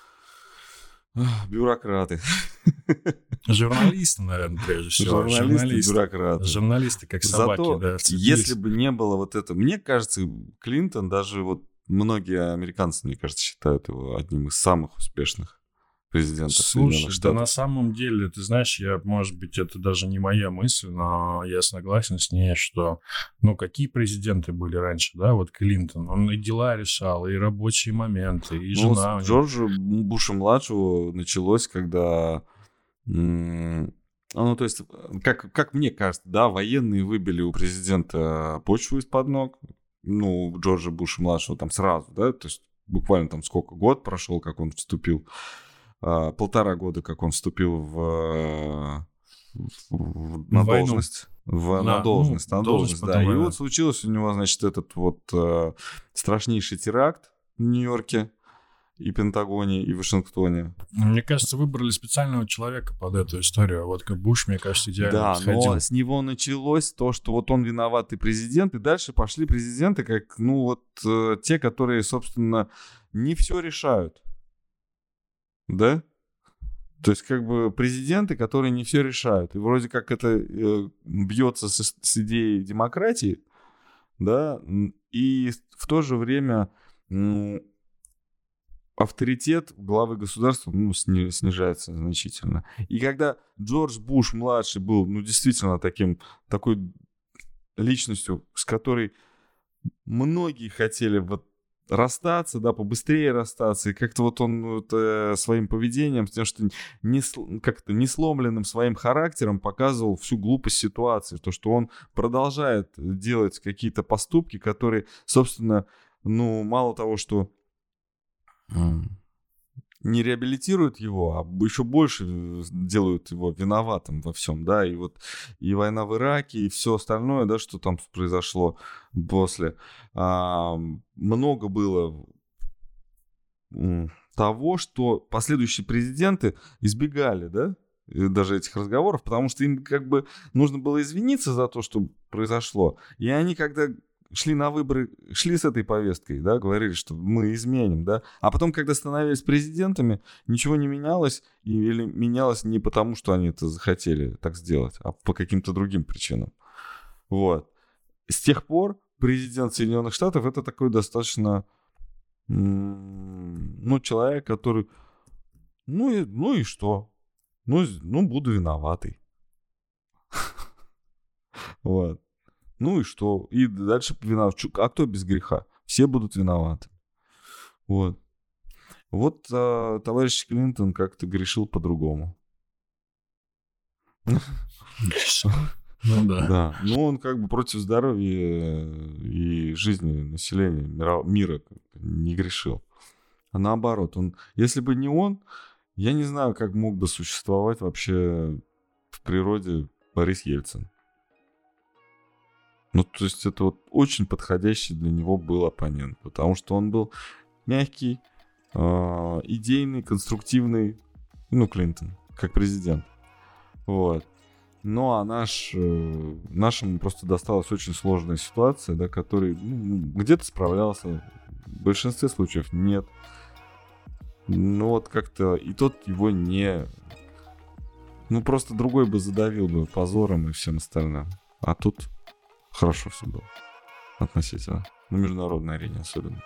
бюрократы. Журналисты, наверное, прежде всего. Бюрократы. Журналисты, как собаки, зато, да. Если бы не было вот этого... Мне кажется, Клинтон, даже вот многие американцы, мне кажется, считают его одним из самых успешных президентов Соединенных Штатов. Да на самом деле, ты знаешь, может быть, это даже не моя мысль, но я согласен с ней, что, ну, какие президенты были раньше, да, вот Клинтон, он и дела решал, и рабочие моменты, и жена. С Джорджа Буша-младшего началось, когда, ну, то есть, как мне кажется, да, военные выбили у президента почву из-под ног, ну, Джорджа Буша-младшего там сразу, да, то есть буквально там сколько, год прошел, как он вступил, 1,5 года, как он вступил на должность. На должность, да. И вот случилось у него, значит, этот вот страшнейший теракт в Нью-Йорке и Пентагоне, и Вашингтоне. Мне кажется, выбрали специального человека под эту историю. Вот как Буш, мне кажется, идеально подходил. Да, но с него началось то, что вот он виноватый президент, и дальше пошли президенты, как, ну, вот те, которые, собственно, не все решают. Да? То есть, как бы, президенты, которые не все решают. И вроде как это бьется с идеей демократии, да, и в то же время авторитет главы государства, ну, снижается значительно. И когда Джордж Буш-младший был, ну, действительно такой личностью, с которой многие хотели вот расстаться, да, побыстрее расстаться, и как-то вот он своим поведением, тем, что как-то несломленным своим характером показывал всю глупость ситуации, то, что он продолжает делать какие-то поступки, которые, собственно, ну, мало того, что не реабилитируют его, а еще больше делают его виноватым во всем, да, и вот и война в Ираке, и все остальное, да, что там произошло после. Много было того, что последующие президенты избегали, да, даже этих разговоров, потому что им как бы нужно было извиниться за то, что произошло, и они когда шли на выборы, шли с этой повесткой, да, говорили, что мы изменим, да, а потом, когда становились президентами, ничего не менялось, или менялось не потому, что они это захотели так сделать, а по каким-то другим причинам. Вот. С тех пор президент Соединенных Штатов это такой достаточно, ну, человек, который, ну и что? Ну, буду виноватый. Вот. Ну и что? И дальше виноват. А кто без греха? Все будут виноваты. Вот. Вот товарищ Клинтон как-то грешил по-другому. Грешил? Ну да. Да. Ну он как бы против здоровья и жизни населения мира не грешил. А наоборот, если бы не он, я не знаю, как мог бы существовать вообще в природе Борис Ельцин. Ну, то есть это вот очень подходящий для него был оппонент, потому что он был мягкий, идейный, конструктивный, ну, Клинтон, как президент. Вот. Ну, а нашему просто досталась очень сложная ситуация, да, который где-то справлялся, в большинстве случаев нет. Ну, вот как-то и тот его не... Ну, просто другой бы задавил бы позором и всем остальным. А тут хорошо все было относительно. На международной арене особенно.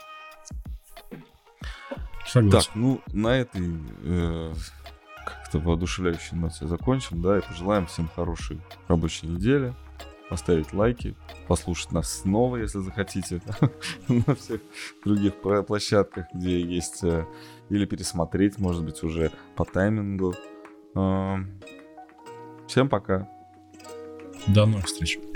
Согласен. Так, ну, на этой как-то воодушевляющей ноте закончим, да, и пожелаем всем хорошей рабочей недели. Поставить лайки, послушать нас снова, если захотите, на всех других площадках, где есть, или пересмотреть, может быть, уже по таймингу. Всем пока. До новых встреч.